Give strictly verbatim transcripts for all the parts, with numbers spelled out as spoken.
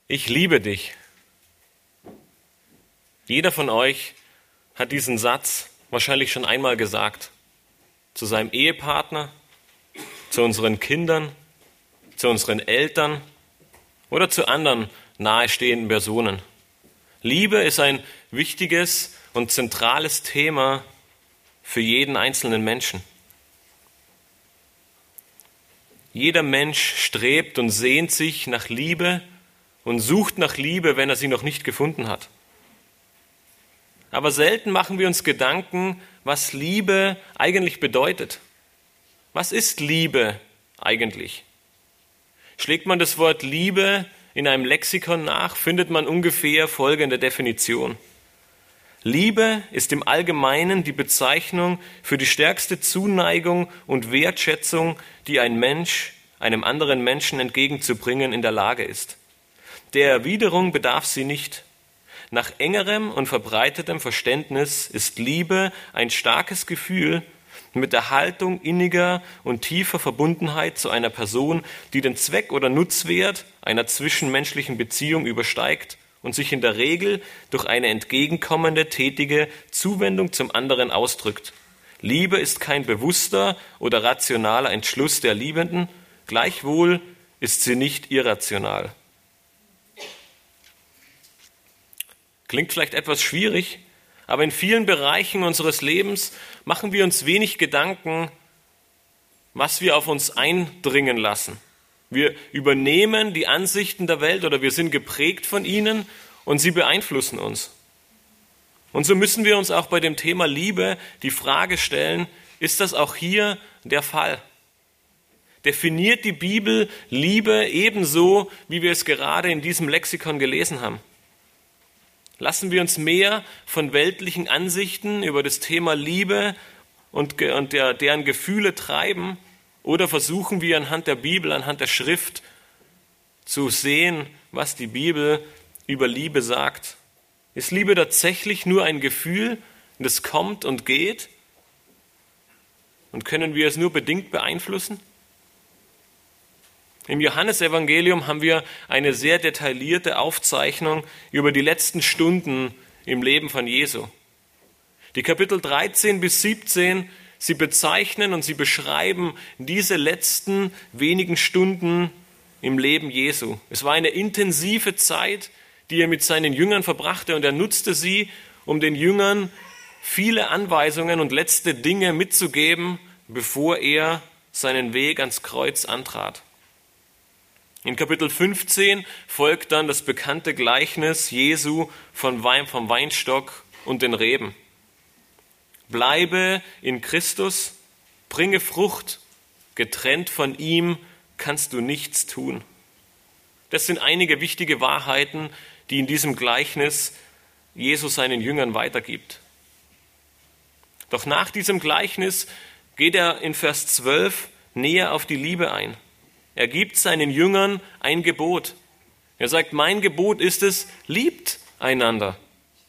Ich liebe dich. Jeder von euch hat diesen Satz wahrscheinlich schon einmal gesagt. Zu seinem Ehepartner, zu unseren Kindern, zu unseren Eltern oder zu anderen nahestehenden Personen. Liebe ist ein wichtiges und zentrales Thema für jeden einzelnen Menschen. Jeder Mensch strebt und sehnt sich nach Liebe und sucht nach Liebe, wenn er sie noch nicht gefunden hat. Aber selten machen wir uns Gedanken, was Liebe eigentlich bedeutet. Was ist Liebe eigentlich? Schlägt man das Wort Liebe in einem Lexikon nach, findet man ungefähr folgende Definition. Liebe ist im Allgemeinen die Bezeichnung für die stärkste Zuneigung und Wertschätzung, die ein Mensch einem anderen Menschen entgegenzubringen in der Lage ist. Der Erwiderung bedarf sie nicht. Nach engerem und verbreitetem Verständnis ist Liebe ein starkes Gefühl mit der Haltung inniger und tiefer Verbundenheit zu einer Person, die den Zweck oder Nutzwert einer zwischenmenschlichen Beziehung übersteigt und sich in der Regel durch eine entgegenkommende, tätige Zuwendung zum anderen ausdrückt. Liebe ist kein bewusster oder rationaler Entschluss der Liebenden, gleichwohl ist sie nicht irrational. Klingt vielleicht etwas schwierig, aber in vielen Bereichen unseres Lebens machen wir uns wenig Gedanken, was wir auf uns eindringen lassen. Wir übernehmen die Ansichten der Welt oder wir sind geprägt von ihnen und sie beeinflussen uns. Und so müssen wir uns auch bei dem Thema Liebe die Frage stellen, ist das auch hier der Fall? Definiert die Bibel Liebe ebenso, wie wir es gerade in diesem Lexikon gelesen haben? Lassen wir uns mehr von weltlichen Ansichten über das Thema Liebe und, und der, deren Gefühle treiben oder versuchen wir anhand der Bibel, anhand der Schrift zu sehen, was die Bibel über Liebe sagt? Ist Liebe tatsächlich nur ein Gefühl, das kommt und geht? Und können wir es nur bedingt beeinflussen? Im Johannesevangelium haben wir eine sehr detaillierte Aufzeichnung über die letzten Stunden im Leben von Jesu. Die Kapitel dreizehn bis siebzehn, sie bezeichnen und sie beschreiben diese letzten wenigen Stunden im Leben Jesu. Es war eine intensive Zeit, die er mit seinen Jüngern verbrachte und er nutzte sie, um den Jüngern viele Anweisungen und letzte Dinge mitzugeben, bevor er seinen Weg ans Kreuz antrat. In Kapitel fünfzehn folgt dann das bekannte Gleichnis Jesu von Wein, vom Weinstock und den Reben. Bleibe in Christus, bringe Frucht, getrennt von ihm kannst du nichts tun. Das sind einige wichtige Wahrheiten, die in diesem Gleichnis Jesus seinen Jüngern weitergibt. Doch nach diesem Gleichnis geht er in Vers zwölf näher auf die Liebe ein. Er gibt seinen Jüngern ein Gebot. Er sagt, mein Gebot ist es, liebt einander.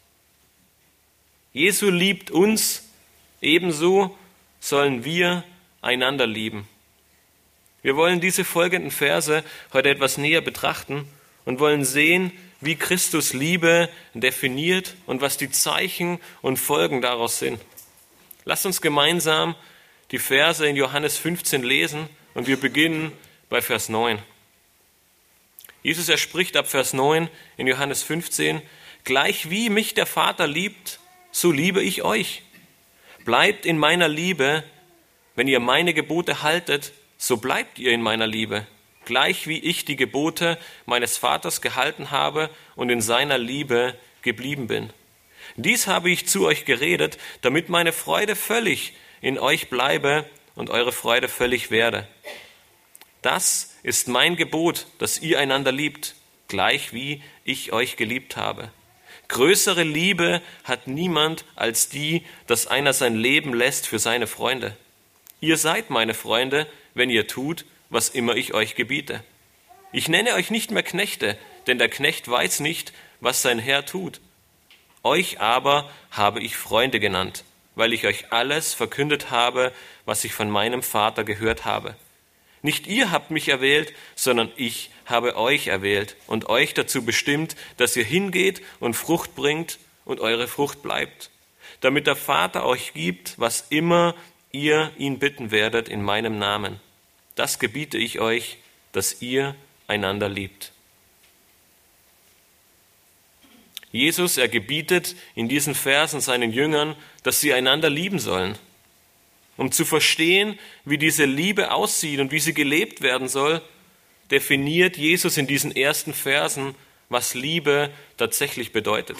Jesu liebt uns, ebenso sollen wir einander lieben. Wir wollen diese folgenden Verse heute etwas näher betrachten und wollen sehen, wie Christus Liebe definiert und was die Zeichen und Folgen daraus sind. Lasst uns gemeinsam die Verse in Johannes fünfzehn lesen und wir beginnen bei Vers neun. Jesus, er spricht ab Vers neun in Johannes fünfzehn, gleich wie mich der Vater liebt, so liebe ich euch. Bleibt in meiner Liebe, wenn ihr meine Gebote haltet, so bleibt ihr in meiner Liebe, gleich wie ich die Gebote meines Vaters gehalten habe und in seiner Liebe geblieben bin. Dies habe ich zu euch geredet, damit meine Freude völlig in euch bleibe und eure Freude völlig werde. Das ist mein Gebot, dass ihr einander liebt, gleich wie ich euch geliebt habe. Größere Liebe hat niemand als die, dass einer sein Leben lässt für seine Freunde. Ihr seid meine Freunde, wenn ihr tut, was immer ich euch gebiete. Ich nenne euch nicht mehr Knechte, denn der Knecht weiß nicht, was sein Herr tut. Euch aber habe ich Freunde genannt, weil ich euch alles verkündet habe, was ich von meinem Vater gehört habe. Nicht ihr habt mich erwählt, sondern ich habe euch erwählt und euch dazu bestimmt, dass ihr hingeht und Frucht bringt und eure Frucht bleibt, damit der Vater euch gibt, was immer ihr ihn bitten werdet in meinem Namen. Das gebiete ich euch, dass ihr einander liebt. Jesus, er gebietet in diesen Versen seinen Jüngern, dass sie einander lieben sollen. Um zu verstehen, wie diese Liebe aussieht und wie sie gelebt werden soll, definiert Jesus in diesen ersten Versen, was Liebe tatsächlich bedeutet.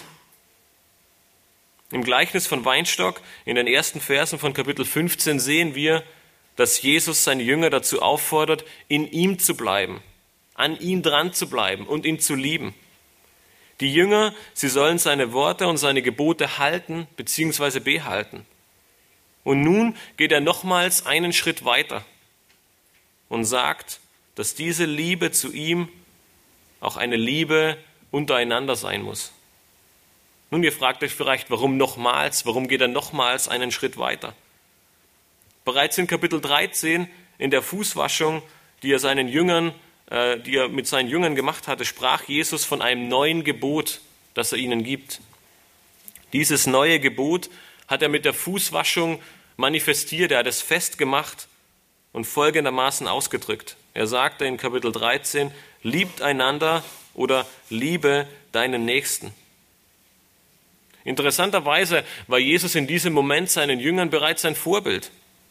Im Gleichnis von Weinstock, in den ersten Versen von Kapitel fünfzehn, sehen wir, dass Jesus seine Jünger dazu auffordert, in ihm zu bleiben, an ihm dran zu bleiben und ihn zu lieben. Die Jünger, sie sollen seine Worte und seine Gebote halten bzw. behalten. Und nun geht er nochmals einen Schritt weiter und sagt, dass diese Liebe zu ihm auch eine Liebe untereinander sein muss. Nun, ihr fragt euch vielleicht, warum nochmals? Warum geht er nochmals einen Schritt weiter? Bereits in Kapitel dreizehn, in der Fußwaschung, die er seinen Jüngern, äh, die er mit seinen Jüngern gemacht hatte, sprach Jesus von einem neuen Gebot, das er ihnen gibt. Dieses neue Gebot hat er mit der Fußwaschung manifestiert, er hat es festgemacht und folgendermaßen ausgedrückt. Er sagte in Kapitel dreizehn, liebt einander oder liebe deinen Nächsten. Interessanterweise war Jesus in diesem Moment seinen Jüngern bereits ein Vorbild.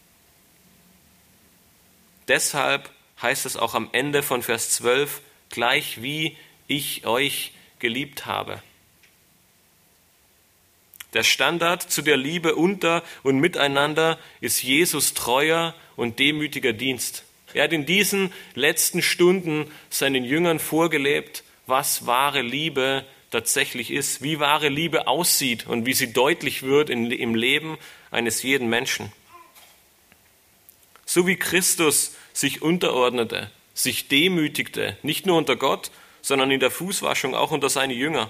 Deshalb heißt es auch am Ende von Vers zwölf, gleich wie ich euch geliebt habe. Der Standard zu der Liebe unter und miteinander ist Jesus treuer und demütiger Dienst. Er hat in diesen letzten Stunden seinen Jüngern vorgelebt, was wahre Liebe tatsächlich ist, wie wahre Liebe aussieht und wie sie deutlich wird in, im Leben eines jeden Menschen. So wie Christus sich unterordnete, sich demütigte, nicht nur unter Gott, sondern in der Fußwaschung auch unter seine Jünger.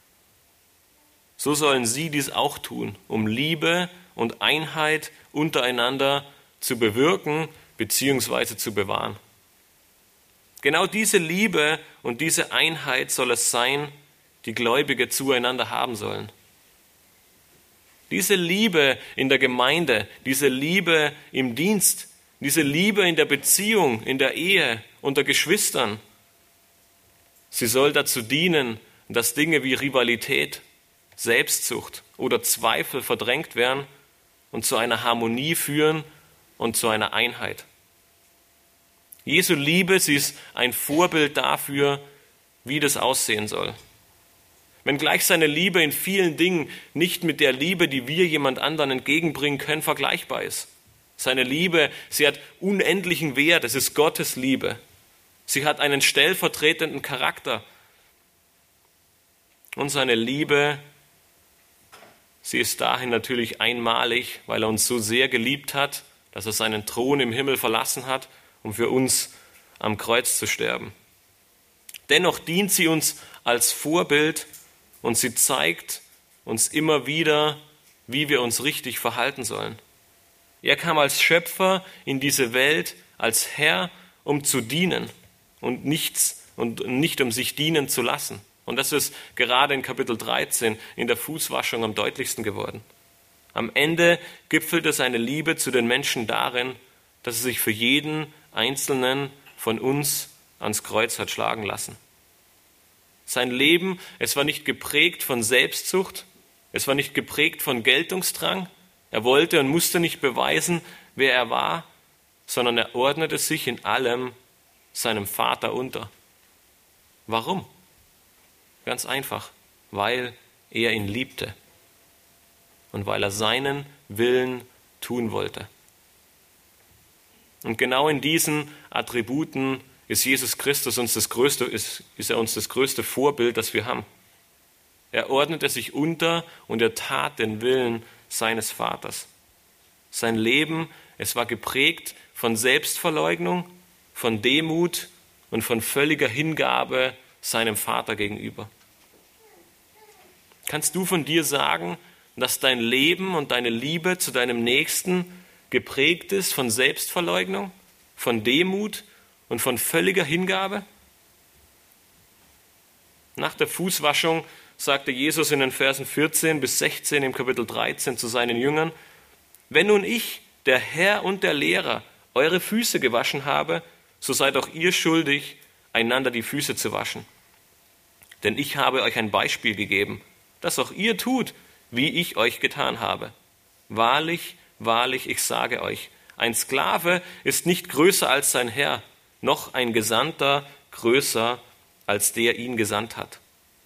So sollen sie dies auch tun, um Liebe und Einheit untereinander zu bewirken bzw. zu bewahren. Genau diese Liebe und diese Einheit soll es sein, die Gläubige zueinander haben sollen. Diese Liebe in der Gemeinde, diese Liebe im Dienst, diese Liebe in der Beziehung, in der Ehe, unter Geschwistern, sie soll dazu dienen, dass Dinge wie Rivalität, Selbstsucht oder Zweifel verdrängt werden und zu einer Harmonie führen und zu einer Einheit. Jesu Liebe, sie ist ein Vorbild dafür, wie das aussehen soll. Wenngleich seine Liebe in vielen Dingen nicht mit der Liebe, die wir jemand anderen entgegenbringen können, vergleichbar ist. Seine Liebe, sie hat unendlichen Wert, es ist Gottes Liebe. Sie hat einen stellvertretenden Charakter. Und seine Liebe, sie ist dahin natürlich einmalig, weil er uns so sehr geliebt hat, dass er seinen Thron im Himmel verlassen hat, um für uns am Kreuz zu sterben. Dennoch dient sie uns als Vorbild und sie zeigt uns immer wieder, wie wir uns richtig verhalten sollen. Er kam als Schöpfer in diese Welt, als Herr, um zu dienen und nichts und nicht um sich dienen zu lassen. Und das ist gerade in Kapitel dreizehn in der Fußwaschung am deutlichsten geworden. Am Ende gipfelte seine Liebe zu den Menschen darin, dass er sich für jeden Einzelnen von uns ans Kreuz hat schlagen lassen. Sein Leben, es war nicht geprägt von Selbstsucht, es war nicht geprägt von Geltungsdrang. Er wollte und musste nicht beweisen, wer er war, sondern er ordnete sich in allem seinem Vater unter. Warum? Ganz einfach, weil er ihn liebte und weil er seinen Willen tun wollte. Und genau in diesen Attributen ist Jesus Christus uns das größte, ist, ist er uns das größte Vorbild, das wir haben. Er ordnete sich unter und er tat den Willen seines Vaters. Sein Leben, es war geprägt von Selbstverleugnung, von Demut und von völliger Hingabe seinem Vater gegenüber. Kannst du von dir sagen, dass dein Leben und deine Liebe zu deinem Nächsten geprägt ist von Selbstverleugnung, von Demut und von völliger Hingabe? Nach der Fußwaschung sagte Jesus in den Versen vierzehn bis sechzehn im Kapitel dreizehn zu seinen Jüngern: Wenn nun ich, der Herr und der Lehrer, eure Füße gewaschen habe, so seid auch ihr schuldig, einander die Füße zu waschen. Denn ich habe euch ein Beispiel gegeben, dass auch ihr tut, wie ich euch getan habe. Wahrlich, wahrlich, ich sage euch, ein Sklave ist nicht größer als sein Herr, noch ein Gesandter größer als der ihn gesandt hat.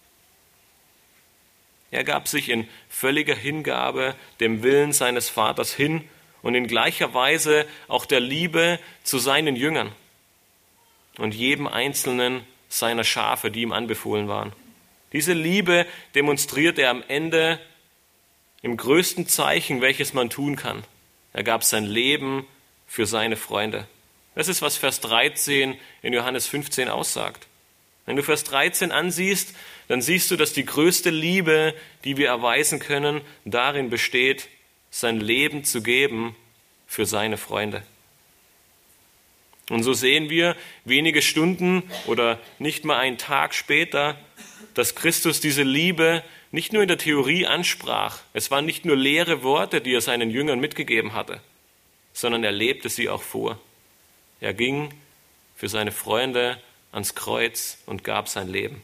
Er gab sich in völliger Hingabe dem Willen seines Vaters hin und in gleicher Weise auch der Liebe zu seinen Jüngern und jedem einzelnen seiner Schafe, die ihm anbefohlen waren. Diese Liebe demonstriert er am Ende im größten Zeichen, welches man tun kann. Er gab sein Leben für seine Freunde. Das ist, was Vers dreizehn in Johannes fünfzehn aussagt. Wenn du Vers dreizehn ansiehst, dann siehst du, dass die größte Liebe, die wir erweisen können, darin besteht, sein Leben zu geben für seine Freunde. Und so sehen wir wenige Stunden oder nicht mal einen Tag später, dass Christus diese Liebe nicht nur in der Theorie ansprach. Es waren nicht nur leere Worte, die er seinen Jüngern mitgegeben hatte, sondern er lebte sie auch vor. Er ging für seine Freunde ans Kreuz und gab sein Leben.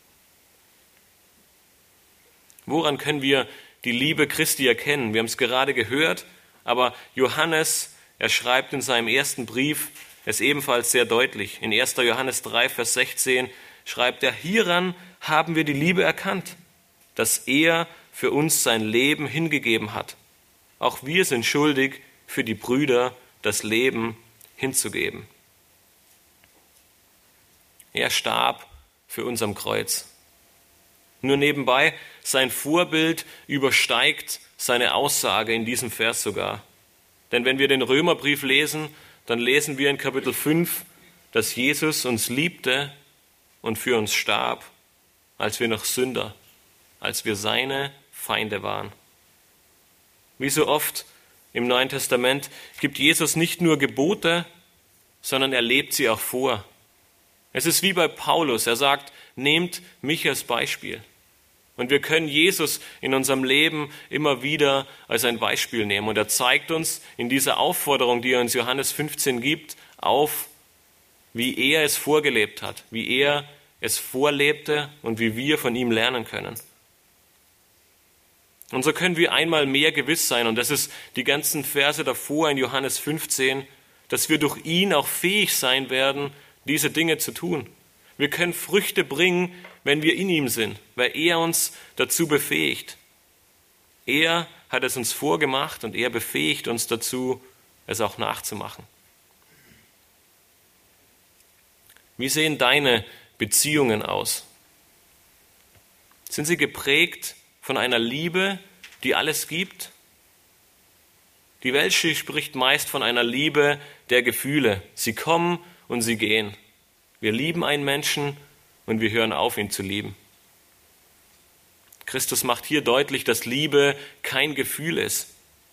Woran können wir die Liebe Christi erkennen? Wir haben es gerade gehört, aber Johannes, er schreibt in seinem ersten Brief es ebenfalls sehr deutlich. In erster Johannes drei, Vers sechzehn schreibt er: Hieran haben wir die Liebe erkannt, dass er für uns sein Leben hingegeben hat. Auch wir sind schuldig, für die Brüder das Leben hinzugeben. Er starb für uns am Kreuz. Nur nebenbei, sein Vorbild übersteigt seine Aussage in diesem Vers sogar. Denn wenn wir den Römerbrief lesen, dann lesen wir in Kapitel fünf, dass Jesus uns liebte und für uns starb, als wir noch Sünder, als wir seine Feinde waren. Wie so oft im Neuen Testament gibt Jesus nicht nur Gebote, sondern er lebt sie auch vor. Es ist wie bei Paulus, er sagt: Nehmt mich als Beispiel. Und wir können Jesus in unserem Leben immer wieder als ein Beispiel nehmen. Und er zeigt uns in dieser Aufforderung, die er uns Johannes fünfzehn gibt, auf, wie er es vorgelebt hat, wie er es vorlebte und wie wir von ihm lernen können. Und so können wir einmal mehr gewiss sein, und das ist die ganzen Verse davor in Johannes fünfzehn, dass wir durch ihn auch fähig sein werden, diese Dinge zu tun. Wir können Früchte bringen, wenn wir in ihm sind, weil er uns dazu befähigt. Er hat es uns vorgemacht und er befähigt uns dazu, es auch nachzumachen. Wie sehen deine Beziehungen aus? Sind sie geprägt von einer Liebe, die alles gibt? Die Welt spricht meist von einer Liebe der Gefühle. Sie kommen und sie gehen. Wir lieben einen Menschen und wir hören auf, ihn zu lieben. Christus macht hier deutlich, dass Liebe kein Gefühl ist.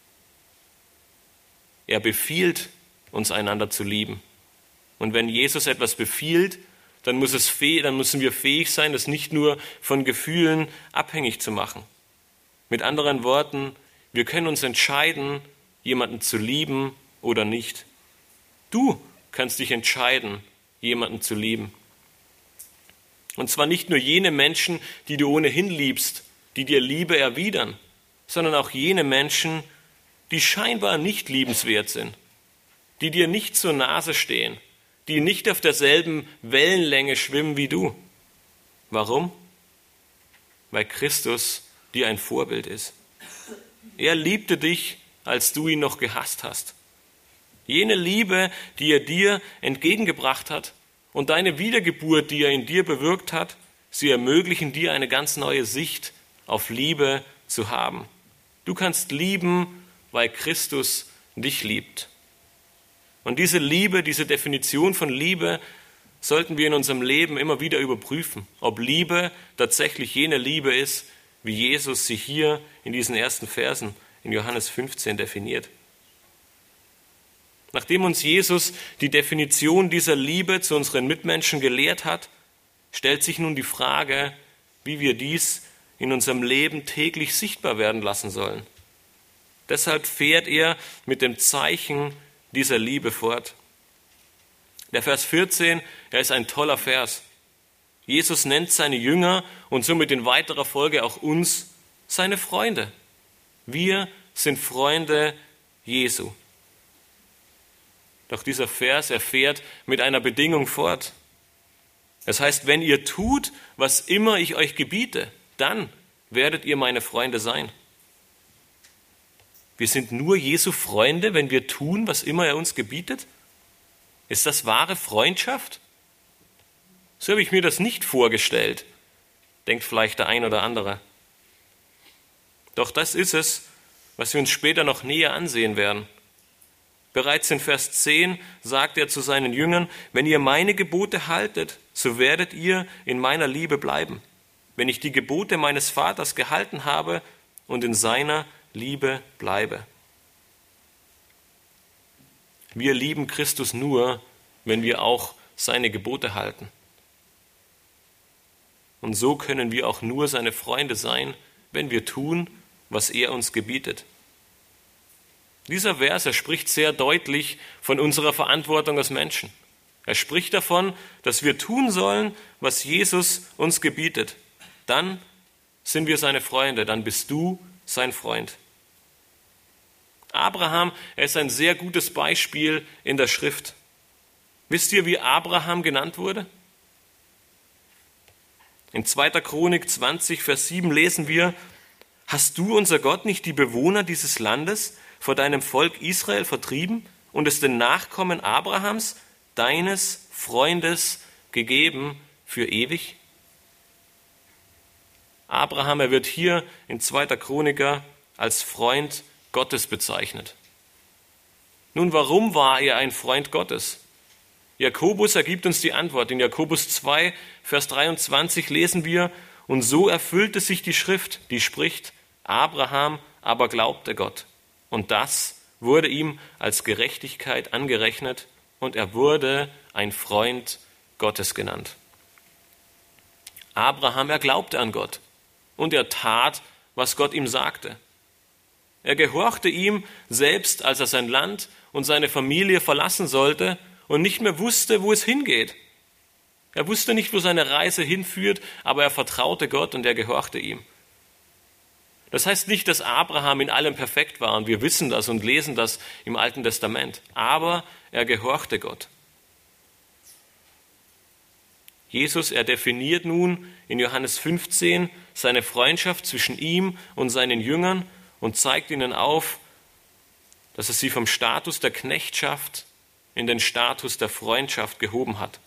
Er befiehlt uns, einander zu lieben. Und wenn Jesus etwas befiehlt, dann, muss es fäh- dann müssen wir fähig sein, das nicht nur von Gefühlen abhängig zu machen. Mit anderen Worten, wir können uns entscheiden, jemanden zu lieben oder nicht. Du kannst dich entscheiden, jemanden zu lieben. Und zwar nicht nur jene Menschen, die du ohnehin liebst, die dir Liebe erwidern, sondern auch jene Menschen, die scheinbar nicht liebenswert sind, die dir nicht zur Nase stehen, die nicht auf derselben Wellenlänge schwimmen wie du. Warum? Weil Christus dir ein Vorbild ist. Er liebte dich, als du ihn noch gehasst hast. Jene Liebe, die er dir entgegengebracht hat und deine Wiedergeburt, die er in dir bewirkt hat, sie ermöglichen dir eine ganz neue Sicht auf Liebe zu haben. Du kannst lieben, weil Christus dich liebt. Und diese Liebe, diese Definition von Liebe, sollten wir in unserem Leben immer wieder überprüfen, ob Liebe tatsächlich jene Liebe ist, wie Jesus sie hier in diesen ersten Versen in Johannes fünfzehn definiert. Nachdem uns Jesus die Definition dieser Liebe zu unseren Mitmenschen gelehrt hat, stellt sich nun die Frage, wie wir dies in unserem Leben täglich sichtbar werden lassen sollen. Deshalb fährt er mit dem Zeichen dieser Liebe fort. Der Vers vierzehn, er ist ein toller Vers. Jesus nennt seine Jünger und somit in weiterer Folge auch uns seine Freunde. Wir sind Freunde Jesu. Doch dieser Vers, er fährt mit einer Bedingung fort. Das heißt, wenn ihr tut, was immer ich euch gebiete, dann werdet ihr meine Freunde sein. Wir sind nur Jesu Freunde, wenn wir tun, was immer er uns gebietet? Ist das wahre Freundschaft? So habe ich mir das nicht vorgestellt, denkt vielleicht der ein oder andere. Doch das ist es, was wir uns später noch näher ansehen werden. Bereits in Vers zehn sagt er zu seinen Jüngern, wenn ihr meine Gebote haltet, so werdet ihr in meiner Liebe bleiben, wenn ich die Gebote meines Vaters gehalten habe und in seiner Liebe bleibe. Wir lieben Christus nur, wenn wir auch seine Gebote halten. Und so können wir auch nur seine Freunde sein, wenn wir tun, was er uns gebietet. Dieser Vers, er spricht sehr deutlich von unserer Verantwortung als Menschen. Er spricht davon, dass wir tun sollen, was Jesus uns gebietet. Dann sind wir seine Freunde, dann bist du sein Freund. Abraham, er ist ein sehr gutes Beispiel in der Schrift. Wisst ihr, wie Abraham genannt wurde? In zweiter Chronik zwanzig, Vers sieben lesen wir, hast du, unser Gott, nicht die Bewohner dieses Landes vor deinem Volk Israel vertrieben und es den Nachkommen Abrahams, deines Freundes, gegeben für ewig? Abraham, er wird hier in zweiter Chroniker als Freund Gottes bezeichnet. Nun, warum war er ein Freund Gottes? Jakobus ergibt uns die Antwort. In Jakobus zwei, Vers dreiundzwanzig lesen wir, und so erfüllte sich die Schrift, die spricht, Abraham aber glaubte Gott. Und das wurde ihm als Gerechtigkeit angerechnet und er wurde ein Freund Gottes genannt. Abraham, er glaubte an Gott und er tat, was Gott ihm sagte. Er gehorchte ihm, selbst als er sein Land und seine Familie verlassen sollte und nicht mehr wusste, wo es hingeht. Er wusste nicht, wo seine Reise hinführt, aber er vertraute Gott und er gehorchte ihm. Das heißt nicht, dass Abraham in allem perfekt war und wir wissen das und lesen das im Alten Testament, aber er gehorchte Gott. Jesus, er definiert nun in Johannes fünfzehn seine Freundschaft zwischen ihm und seinen Jüngern und zeigt ihnen auf, dass er sie vom Status der Knechtschaft in den Status der Freundschaft gehoben hat.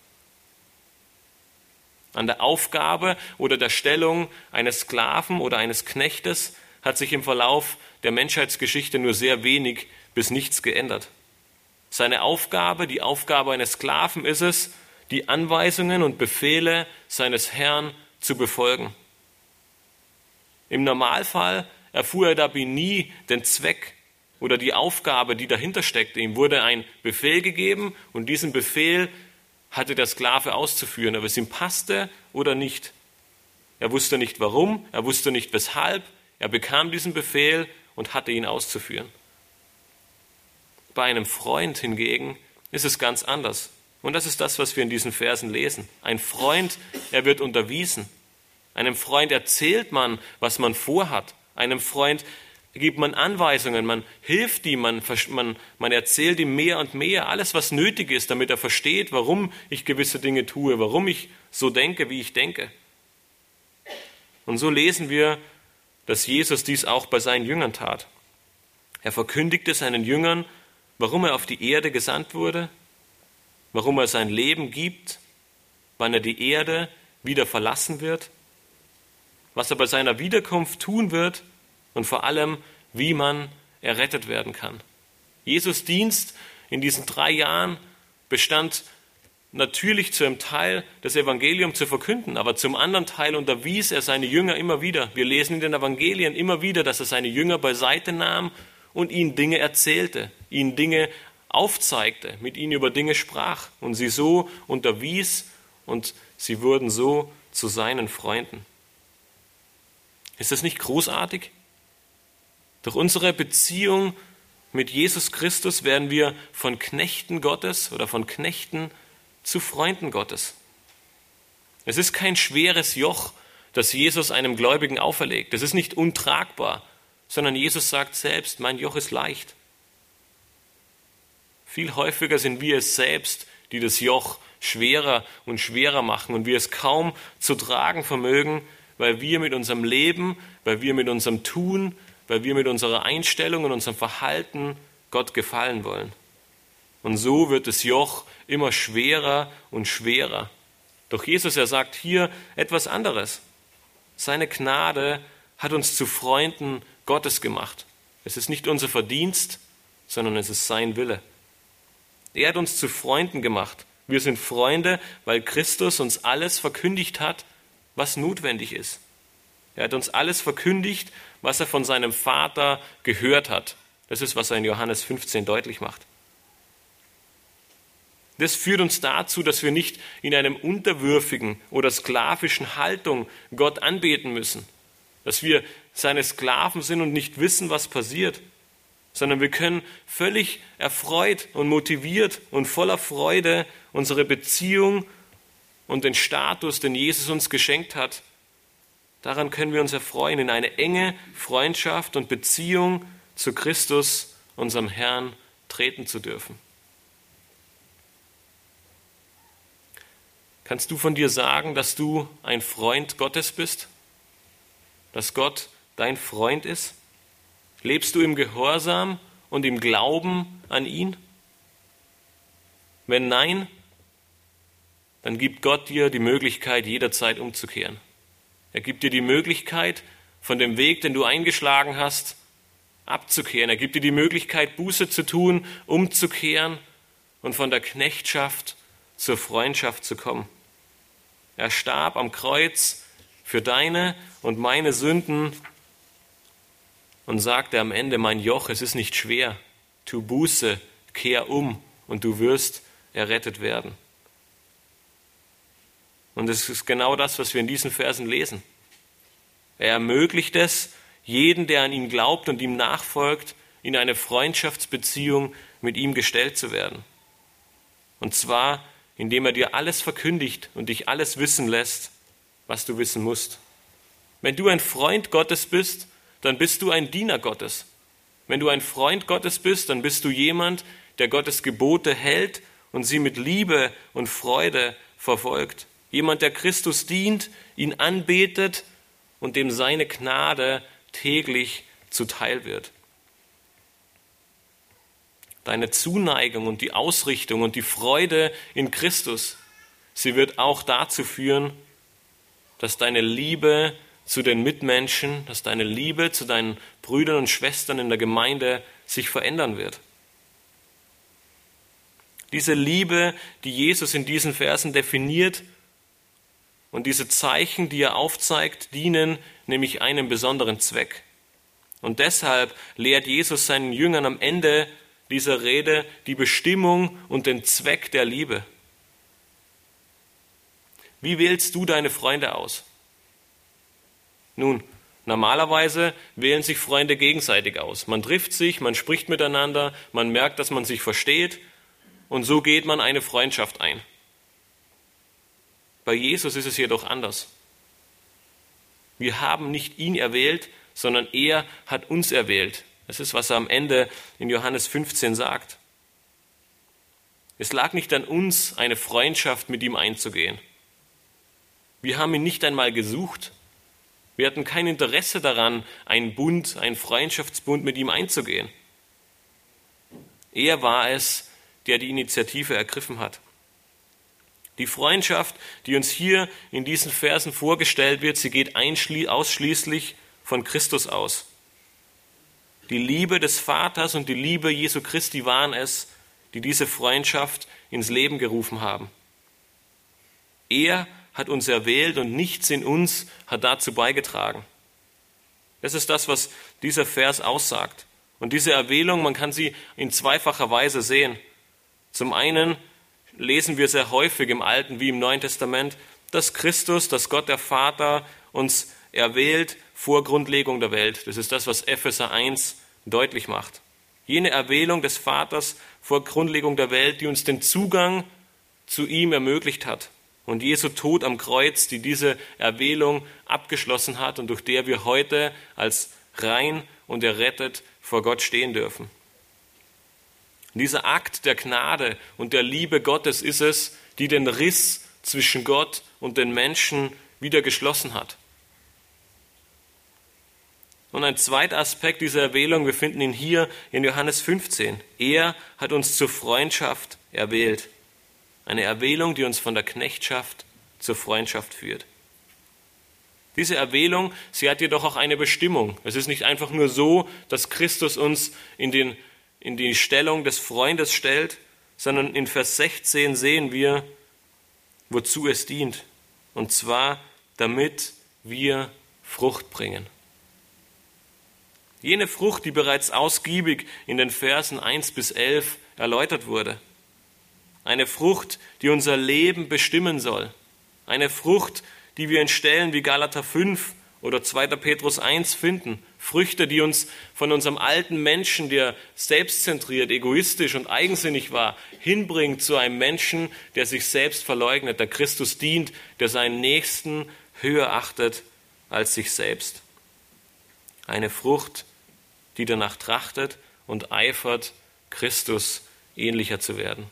An der Aufgabe oder der Stellung eines Sklaven oder eines Knechtes hat sich im Verlauf der Menschheitsgeschichte nur sehr wenig bis nichts geändert. Seine Aufgabe, die Aufgabe eines Sklaven ist es, die Anweisungen und Befehle seines Herrn zu befolgen. Im Normalfall erfuhr er dabei nie den Zweck oder die Aufgabe, die dahinter steckte. Ihm wurde ein Befehl gegeben und diesen Befehl hatte der Sklave auszuführen, ob es ihm passte oder nicht. Er wusste nicht warum, er wusste nicht weshalb, er bekam diesen Befehl und hatte ihn auszuführen. Bei einem Freund hingegen ist es ganz anders. Und das ist das, was wir in diesen Versen lesen. Ein Freund, er wird unterwiesen. Einem Freund erzählt man, was man vorhat. Einem Freund gibt man Anweisungen, man hilft ihm, man, man, man erzählt ihm mehr und mehr, alles, was nötig ist, damit er versteht, warum ich gewisse Dinge tue, warum ich so denke, wie ich denke. Und so lesen wir, dass Jesus dies auch bei seinen Jüngern tat. Er verkündigte seinen Jüngern, warum er auf die Erde gesandt wurde, warum er sein Leben gibt, wann er die Erde wieder verlassen wird, was er bei seiner Wiederkunft tun wird und vor allem, wie man errettet werden kann. Jesus' Dienst in diesen drei Jahren bestand natürlich zu einem Teil, das Evangelium zu verkünden, aber zum anderen Teil unterwies er seine Jünger immer wieder. Wir lesen in den Evangelien immer wieder, dass er seine Jünger beiseite nahm und ihnen Dinge erzählte, ihnen Dinge aufzeigte, mit ihnen über Dinge sprach und sie so unterwies und sie wurden so zu seinen Freunden. Ist das nicht großartig? Durch unsere Beziehung mit Jesus Christus werden wir von Knechten Gottes oder von Knechten zu Freunden Gottes. Es ist kein schweres Joch, das Jesus einem Gläubigen auferlegt. Es ist nicht untragbar, sondern Jesus sagt selbst, mein Joch ist leicht. Viel häufiger sind wir es selbst, die das Joch schwerer und schwerer machen und wir es kaum zu tragen vermögen, weil wir mit unserem Leben, weil wir mit unserem Tun, weil wir mit unserer Einstellung und unserem Verhalten Gott gefallen wollen. Und so wird das Joch immer schwerer und schwerer. Doch Jesus, er sagt hier etwas anderes. Seine Gnade hat uns zu Freunden Gottes gemacht. Es ist nicht unser Verdienst, sondern es ist sein Wille. Er hat uns zu Freunden gemacht. Wir sind Freunde, weil Christus uns alles verkündigt hat, was notwendig ist. Er hat uns alles verkündigt, was er von seinem Vater gehört hat. Das ist, was er in Johannes fünfzehn deutlich macht. Das führt uns dazu, dass wir nicht in einem unterwürfigen oder sklavischen Haltung Gott anbeten müssen. Dass wir seine Sklaven sind und nicht wissen, was passiert. Sondern wir können völlig erfreut und motiviert und voller Freude unsere Beziehung und den Status, den Jesus uns geschenkt hat, daran können wir uns erfreuen, in eine enge Freundschaft und Beziehung zu Christus, unserem Herrn, treten zu dürfen. Kannst du von dir sagen, dass du ein Freund Gottes bist? Dass Gott dein Freund ist? Lebst du im Gehorsam und im Glauben an ihn? Wenn nein, dann gibt Gott dir die Möglichkeit, jederzeit umzukehren. Er gibt dir die Möglichkeit, von dem Weg, den du eingeschlagen hast, abzukehren. Er gibt dir die Möglichkeit, Buße zu tun, umzukehren und von der Knechtschaft zur Freundschaft zu kommen. Er starb am Kreuz für deine und meine Sünden und sagte am Ende, mein Joch, es ist nicht schwer, tu Buße, kehr um und du wirst errettet werden. Und es ist genau das, was wir in diesen Versen lesen. Er ermöglicht es, jeden, der an ihn glaubt und ihm nachfolgt, in eine Freundschaftsbeziehung mit ihm gestellt zu werden. Und zwar, indem er dir alles verkündigt und dich alles wissen lässt, was du wissen musst. Wenn du ein Freund Gottes bist, dann bist du ein Diener Gottes. Wenn du ein Freund Gottes bist, dann bist du jemand, der Gottes Gebote hält und sie mit Liebe und Freude verfolgt. Jemand, der Christus dient, ihn anbetet und dem seine Gnade täglich zuteil wird. Deine Zuneigung und die Ausrichtung und die Freude in Christus, sie wird auch dazu führen, dass deine Liebe zu den Mitmenschen, dass deine Liebe zu deinen Brüdern und Schwestern in der Gemeinde sich verändern wird. Diese Liebe, die Jesus in diesen Versen definiert und diese Zeichen, die er aufzeigt, dienen nämlich einem besonderen Zweck. Und deshalb lehrt Jesus seinen Jüngern am Ende dieser Rede die Bestimmung und den Zweck der Liebe. Wie wählst du deine Freunde aus? Nun, normalerweise wählen sich Freunde gegenseitig aus. Man trifft sich, man spricht miteinander, man merkt, dass man sich versteht und so geht man eine Freundschaft ein. Bei Jesus ist es jedoch anders. Wir haben nicht ihn erwählt, sondern er hat uns erwählt. Das ist, was er am Ende in Johannes fünfzehn sagt. Es lag nicht an uns, eine Freundschaft mit ihm einzugehen. Wir haben ihn nicht einmal gesucht. Wir hatten kein Interesse daran, einen Bund, einen Freundschaftsbund mit ihm einzugehen. Er war es, der die Initiative ergriffen hat. Die Freundschaft, die uns hier in diesen Versen vorgestellt wird, sie geht ausschließlich von Christus aus. Die Liebe des Vaters und die Liebe Jesu Christi waren es, die diese Freundschaft ins Leben gerufen haben. Er hat uns erwählt und nichts in uns hat dazu beigetragen. Das ist das, was dieser Vers aussagt. Und diese Erwählung, man kann sie in zweifacher Weise sehen. Zum einen lesen wir sehr häufig im Alten wie im Neuen Testament, dass Christus, dass Gott der Vater uns erwählt vor Grundlegung der Welt. Das ist das, was Epheser eins deutlich macht. Jene Erwählung des Vaters vor Grundlegung der Welt, die uns den Zugang zu ihm ermöglicht hat. Und Jesu Tod am Kreuz, die diese Erwählung abgeschlossen hat und durch der wir heute als rein und errettet vor Gott stehen dürfen. Dieser Akt der Gnade und der Liebe Gottes ist es, die den Riss zwischen Gott und den Menschen wieder geschlossen hat. Und ein zweiter Aspekt dieser Erwählung, wir finden ihn hier in Johannes fünfzehn. Er hat uns zur Freundschaft erwählt. Eine Erwählung, die uns von der Knechtschaft zur Freundschaft führt. Diese Erwählung, sie hat jedoch auch eine Bestimmung. Es ist nicht einfach nur so, dass Christus uns in, den, in die Stellung des Freundes stellt, sondern in Vers sechzehn sehen wir, wozu es dient. Und zwar, damit wir Frucht bringen. Jene Frucht, die bereits ausgiebig in den Versen eins bis elf erläutert wurde. Eine Frucht, die unser Leben bestimmen soll. Eine Frucht, die wir in Stellen wie Galater fünf oder zweiter Petrus eins finden. Früchte, die uns von unserem alten Menschen, der selbstzentriert, egoistisch und eigensinnig war, hinbringen zu einem Menschen, der sich selbst verleugnet, der Christus dient, der seinen Nächsten höher achtet als sich selbst. Eine Frucht, die danach trachtet und eifert, Christus ähnlicher zu werden.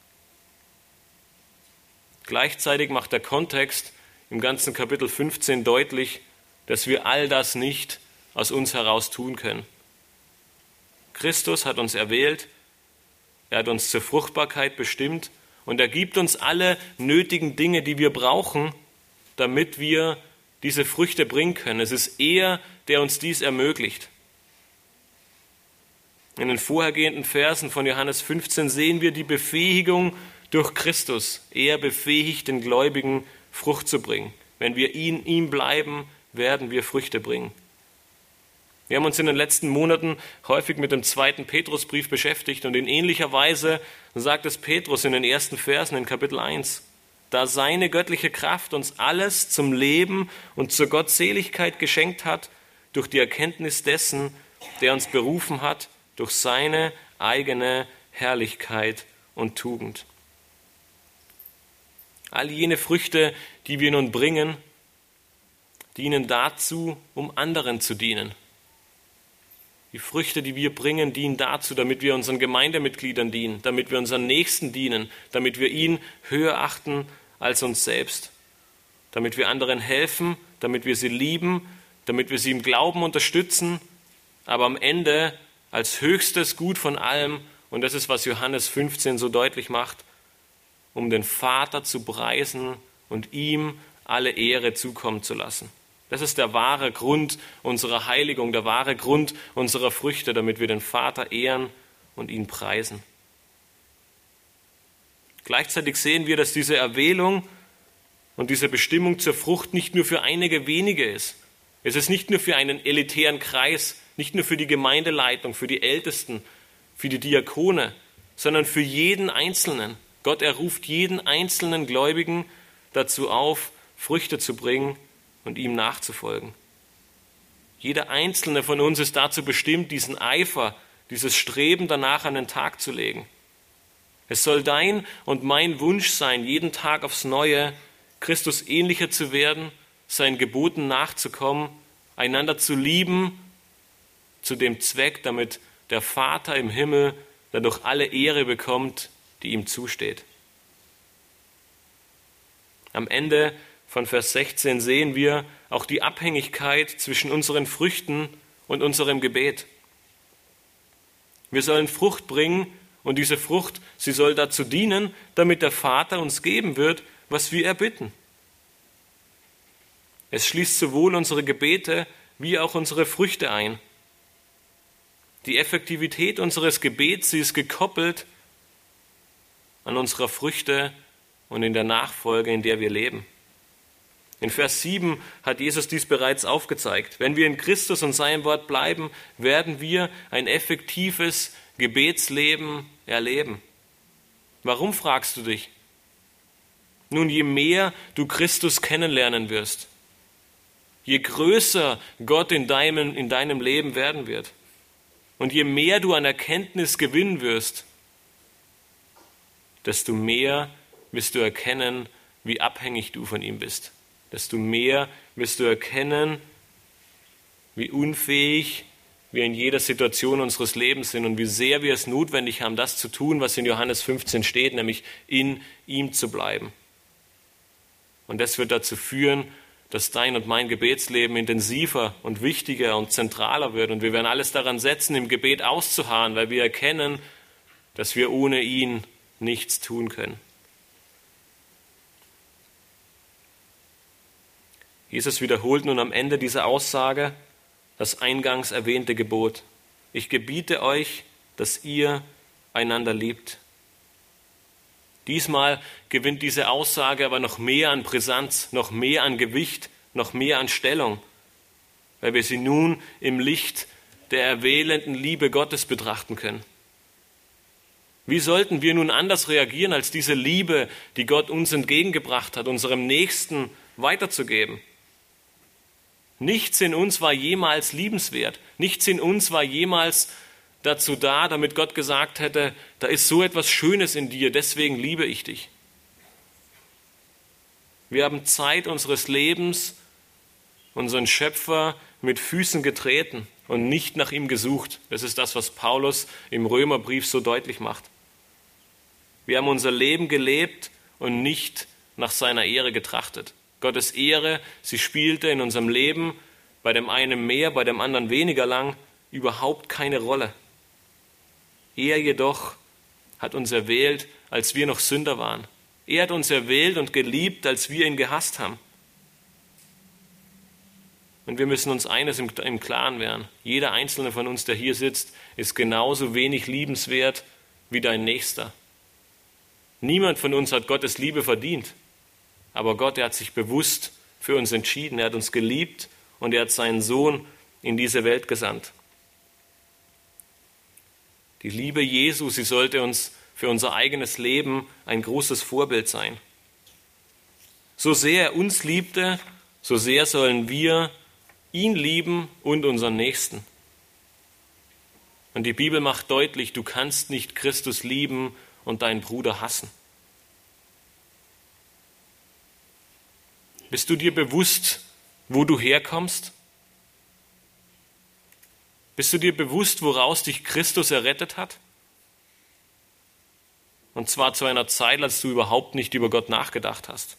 Gleichzeitig macht der Kontext im ganzen Kapitel fünfzehn deutlich, dass wir all das nicht aus uns heraus tun können. Christus hat uns erwählt, er hat uns zur Fruchtbarkeit bestimmt und er gibt uns alle nötigen Dinge, die wir brauchen, damit wir diese Früchte bringen können. Es ist er, der uns dies ermöglicht. In den vorhergehenden Versen von Johannes fünfzehn sehen wir die Befähigung durch Christus. Er befähigt den Gläubigen, Frucht zu bringen. Wenn wir in ihm bleiben, werden wir Früchte bringen. Wir haben uns in den letzten Monaten häufig mit dem zweiten Petrusbrief beschäftigt und in ähnlicher Weise sagt es Petrus in den ersten Versen in Kapitel eins. Da seine göttliche Kraft uns alles zum Leben und zur Gottseligkeit geschenkt hat, durch die Erkenntnis dessen, der uns berufen hat, durch seine eigene Herrlichkeit und Tugend. All jene Früchte, die wir nun bringen, dienen dazu, um anderen zu dienen. Die Früchte, die wir bringen, dienen dazu, damit wir unseren Gemeindemitgliedern dienen, damit wir unseren Nächsten dienen, damit wir ihn höher achten als uns selbst, damit wir anderen helfen, damit wir sie lieben, damit wir sie im Glauben unterstützen, aber am Ende als höchstes Gut von allem, und das ist, was Johannes fünfzehn so deutlich macht, um den Vater zu preisen und ihm alle Ehre zukommen zu lassen. Das ist der wahre Grund unserer Heiligung, der wahre Grund unserer Früchte, damit wir den Vater ehren und ihn preisen. Gleichzeitig sehen wir, dass diese Erwählung und diese Bestimmung zur Frucht nicht nur für einige wenige ist. Es ist nicht nur für einen elitären Kreis, nicht nur für die Gemeindeleitung, für die Ältesten, für die Diakone, sondern für jeden Einzelnen. Gott erruft jeden einzelnen Gläubigen dazu auf, Früchte zu bringen und ihm nachzufolgen. Jeder einzelne von uns ist dazu bestimmt, diesen Eifer, dieses Streben danach an den Tag zu legen. Es soll dein und mein Wunsch sein, jeden Tag aufs Neue Christus ähnlicher zu werden, seinen Geboten nachzukommen, einander zu lieben, zu dem Zweck, damit der Vater im Himmel dadurch alle Ehre bekommt, die ihm zusteht. Am Ende von Vers sechzehn sehen wir auch die Abhängigkeit zwischen unseren Früchten und unserem Gebet. Wir sollen Frucht bringen und diese Frucht, sie soll dazu dienen, damit der Vater uns geben wird, was wir erbitten. Es schließt sowohl unsere Gebete wie auch unsere Früchte ein. Die Effektivität unseres Gebets, sie ist gekoppelt an unsere Früchte und in der Nachfolge, in der wir leben. In Vers sieben hat Jesus dies bereits aufgezeigt. Wenn wir in Christus und seinem Wort bleiben, werden wir ein effektives Gebetsleben erleben. Warum, fragst du dich? Nun, je mehr du Christus kennenlernen wirst, je größer Gott in deinem, in deinem Leben werden wird und je mehr du an Erkenntnis gewinnen wirst, desto mehr wirst du erkennen, wie abhängig du von ihm bist. Desto mehr wirst du erkennen, wie unfähig wir in jeder Situation unseres Lebens sind und wie sehr wir es notwendig haben, das zu tun, was in Johannes fünfzehn steht, nämlich in ihm zu bleiben. Und das wird dazu führen, dass dein und mein Gebetsleben intensiver und wichtiger und zentraler wird. Und wir werden alles daran setzen, im Gebet auszuharren, weil wir erkennen, dass wir ohne ihn nichts tun können. Jesus wiederholt nun am Ende dieser Aussage das eingangs erwähnte Gebot. Ich gebiete euch, dass ihr einander liebt. Diesmal gewinnt diese Aussage aber noch mehr an Brisanz, noch mehr an Gewicht, noch mehr an Stellung, weil wir sie nun im Licht der erwählenden Liebe Gottes betrachten können. Wie sollten wir nun anders reagieren, als diese Liebe, die Gott uns entgegengebracht hat, unserem Nächsten weiterzugeben? Nichts in uns war jemals liebenswert. Nichts in uns war jemals dazu da, damit Gott gesagt hätte, da ist so etwas Schönes in dir, deswegen liebe ich dich. Wir haben Zeit unseres Lebens unseren Schöpfer mit Füßen getreten und nicht nach ihm gesucht. Das ist das, was Paulus im Römerbrief so deutlich macht. Wir haben unser Leben gelebt und nicht nach seiner Ehre getrachtet. Gottes Ehre, sie spielte in unserem Leben, bei dem einen mehr, bei dem anderen weniger lang, überhaupt keine Rolle. Er jedoch hat uns erwählt, als wir noch Sünder waren. Er hat uns erwählt und geliebt, als wir ihn gehasst haben. Und wir müssen uns eines im, im Klaren werden. Jeder einzelne von uns, der hier sitzt, ist genauso wenig liebenswert wie dein Nächster. Niemand von uns hat Gottes Liebe verdient. Aber Gott, er hat sich bewusst für uns entschieden. Er hat uns geliebt und er hat seinen Sohn in diese Welt gesandt. Die Liebe Jesu, sie sollte uns für unser eigenes Leben ein großes Vorbild sein. So sehr er uns liebte, so sehr sollen wir ihn lieben und unseren Nächsten. Und die Bibel macht deutlich, du kannst nicht Christus lieben und deinen Bruder hassen. Bist du dir bewusst, wo du herkommst? Bist du dir bewusst, woraus dich Christus errettet hat? Und zwar zu einer Zeit, als du überhaupt nicht über Gott nachgedacht hast.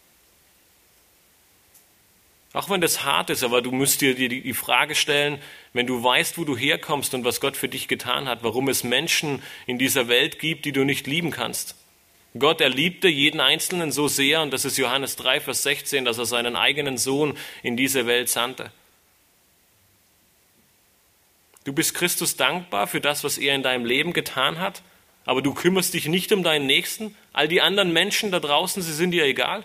Auch wenn das hart ist, aber du musst dir die Frage stellen, wenn du weißt, wo du herkommst und was Gott für dich getan hat, warum es Menschen in dieser Welt gibt, die du nicht lieben kannst. Gott, er liebte jeden Einzelnen so sehr, und das ist Johannes drei, Vers sechzehn, dass er seinen eigenen Sohn in diese Welt sandte. Du bist Christus dankbar für das, was er in deinem Leben getan hat, aber du kümmerst dich nicht um deinen Nächsten. All die anderen Menschen da draußen, sie sind dir egal.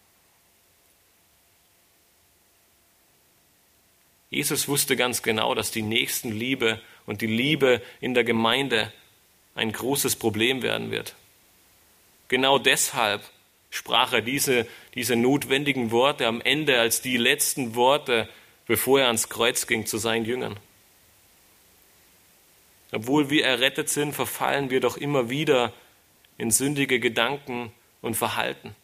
Jesus wusste ganz genau, dass die Nächstenliebe und die Liebe in der Gemeinde ein großes Problem werden wird. Genau deshalb sprach er diese, diese notwendigen Worte am Ende als die letzten Worte, bevor er ans Kreuz ging zu seinen Jüngern. Obwohl wir errettet sind, verfallen wir doch immer wieder in sündige Gedanken und Verhalten.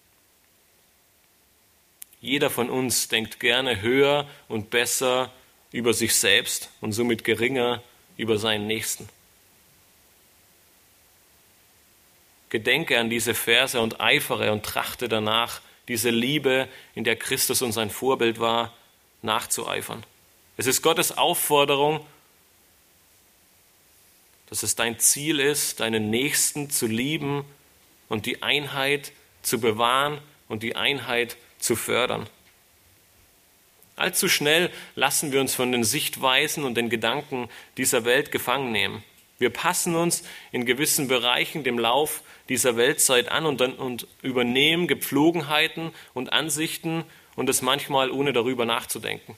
Jeder von uns denkt gerne höher und besser über sich selbst und somit geringer über seinen Nächsten. Gedenke an diese Verse und eifere und trachte danach, diese Liebe, in der Christus uns ein Vorbild war, nachzueifern. Es ist Gottes Aufforderung, dass es dein Ziel ist, deinen Nächsten zu lieben und die Einheit zu bewahren und die Einheit zu fördern. Allzu schnell lassen wir uns von den Sichtweisen und den Gedanken dieser Welt gefangen nehmen. Wir passen uns in gewissen Bereichen dem Lauf dieser Weltzeit an und, dann, und übernehmen Gepflogenheiten und Ansichten und das manchmal ohne darüber nachzudenken.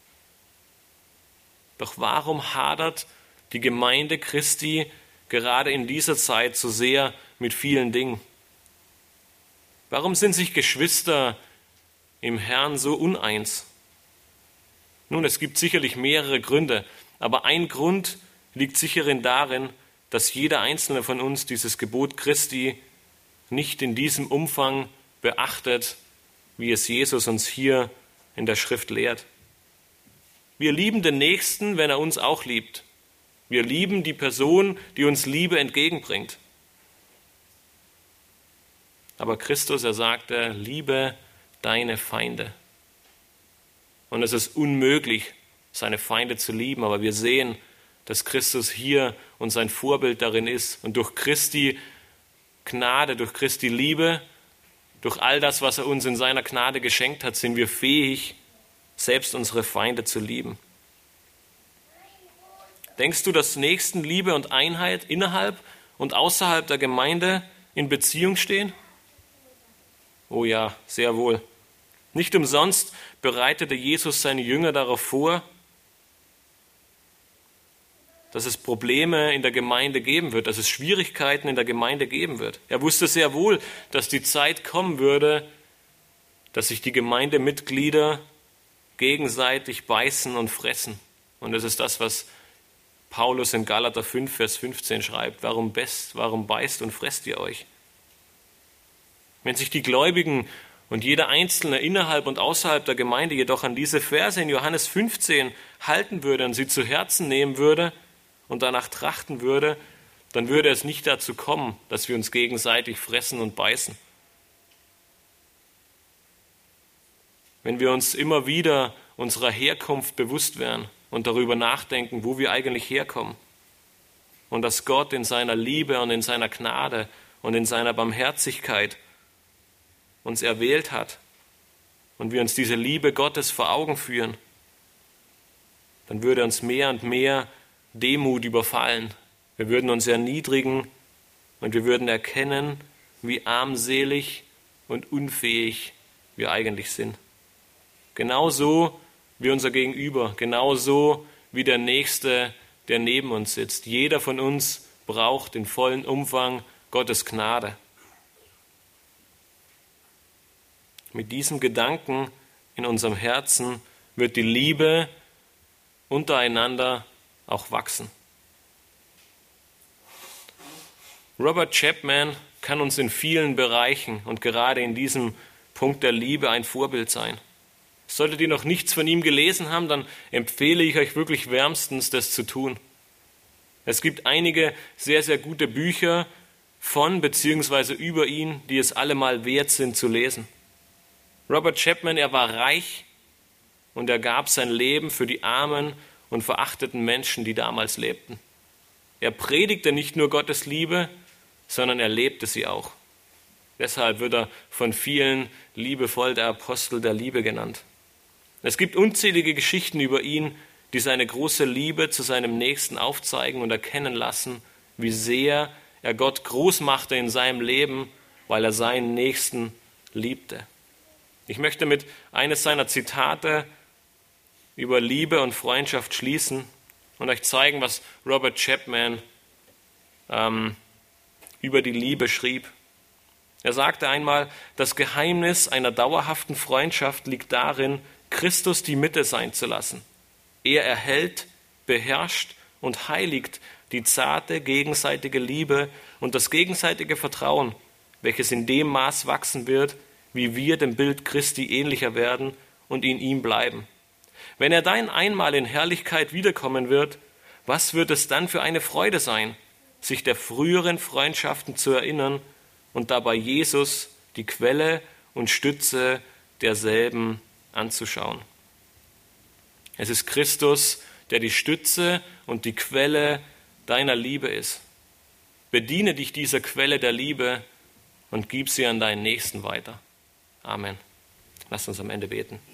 Doch warum hadert die Gemeinde Christi gerade in dieser Zeit so sehr mit vielen Dingen? Warum sind sich Geschwister im Herrn so uneins? Nun, es gibt sicherlich mehrere Gründe, aber ein Grund liegt sicherin darin, dass jeder einzelne von uns dieses Gebot Christi nicht in diesem Umfang beachtet, wie es Jesus uns hier in der Schrift lehrt. Wir lieben den Nächsten, wenn er uns auch liebt. Wir lieben die Person, die uns Liebe entgegenbringt. Aber Christus, er sagte, liebe deine Feinde. Und es ist unmöglich, seine Feinde zu lieben, aber wir sehen, dass Christus hier uns ein Vorbild darin ist. Und durch Christi Gnade, durch Christi Liebe, durch all das, was er uns in seiner Gnade geschenkt hat, sind wir fähig, selbst unsere Feinde zu lieben. Denkst du, dass Nächstenliebe und Einheit innerhalb und außerhalb der Gemeinde in Beziehung stehen? Oh ja, sehr wohl. Nicht umsonst bereitete Jesus seine Jünger darauf vor, dass es Probleme in der Gemeinde geben wird, dass es Schwierigkeiten in der Gemeinde geben wird. Er wusste sehr wohl, dass die Zeit kommen würde, dass sich die Gemeindemitglieder gegenseitig beißen und fressen. Und das ist das, was Paulus in Galater fünf, Vers fünfzehn schreibt. Warum best, warum beißt und fresst ihr euch? Wenn sich die Gläubigen und jeder Einzelne innerhalb und außerhalb der Gemeinde jedoch an diese Verse in Johannes fünfzehn halten würde und sie zu Herzen nehmen würde und danach trachten würde, dann würde es nicht dazu kommen, dass wir uns gegenseitig fressen und beißen. Wenn wir uns immer wieder unserer Herkunft bewusst wären und darüber nachdenken, wo wir eigentlich herkommen und dass Gott in seiner Liebe und in seiner Gnade und in seiner Barmherzigkeit uns erwählt hat und wir uns diese Liebe Gottes vor Augen führen, dann würde uns mehr und mehr Demut überfallen. Wir würden uns erniedrigen und wir würden erkennen, wie armselig und unfähig wir eigentlich sind. Genauso wie unser Gegenüber, genauso wie der Nächste, der neben uns sitzt. Jeder von uns braucht in vollem Umfang Gottes Gnade. Mit diesem Gedanken in unserem Herzen wird die Liebe untereinander auch wachsen. Robert Chapman kann uns in vielen Bereichen und gerade in diesem Punkt der Liebe ein Vorbild sein. Solltet ihr noch nichts von ihm gelesen haben, dann empfehle ich euch wirklich wärmstens, das zu tun. Es gibt einige sehr, sehr gute Bücher von bzw. über ihn, die es allemal wert sind zu lesen. Robert Chapman, er war reich und er gab sein Leben für die armen und verachteten Menschen, die damals lebten. Er predigte nicht nur Gottes Liebe, sondern er lebte sie auch. Deshalb wird er von vielen liebevoll der Apostel der Liebe genannt. Es gibt unzählige Geschichten über ihn, die seine große Liebe zu seinem Nächsten aufzeigen und erkennen lassen, wie sehr er Gott groß machte in seinem Leben, weil er seinen Nächsten liebte. Ich möchte mit eines seiner Zitate über Liebe und Freundschaft schließen und euch zeigen, was Robert Chapman ähm, über die Liebe schrieb. Er sagte einmal, das Geheimnis einer dauerhaften Freundschaft liegt darin, Christus die Mitte sein zu lassen. Er erhält, beherrscht und heiligt die zarte gegenseitige Liebe und das gegenseitige Vertrauen, welches in dem Maß wachsen wird, wie wir dem Bild Christi ähnlicher werden und in ihm bleiben. Wenn er dann einmal in Herrlichkeit wiederkommen wird, was wird es dann für eine Freude sein, sich der früheren Freundschaften zu erinnern und dabei Jesus, die Quelle und Stütze derselben, anzuschauen. Es ist Christus, der die Stütze und die Quelle deiner Liebe ist. Bediene dich dieser Quelle der Liebe und gib sie an deinen Nächsten weiter. Amen. Lass uns am Ende beten.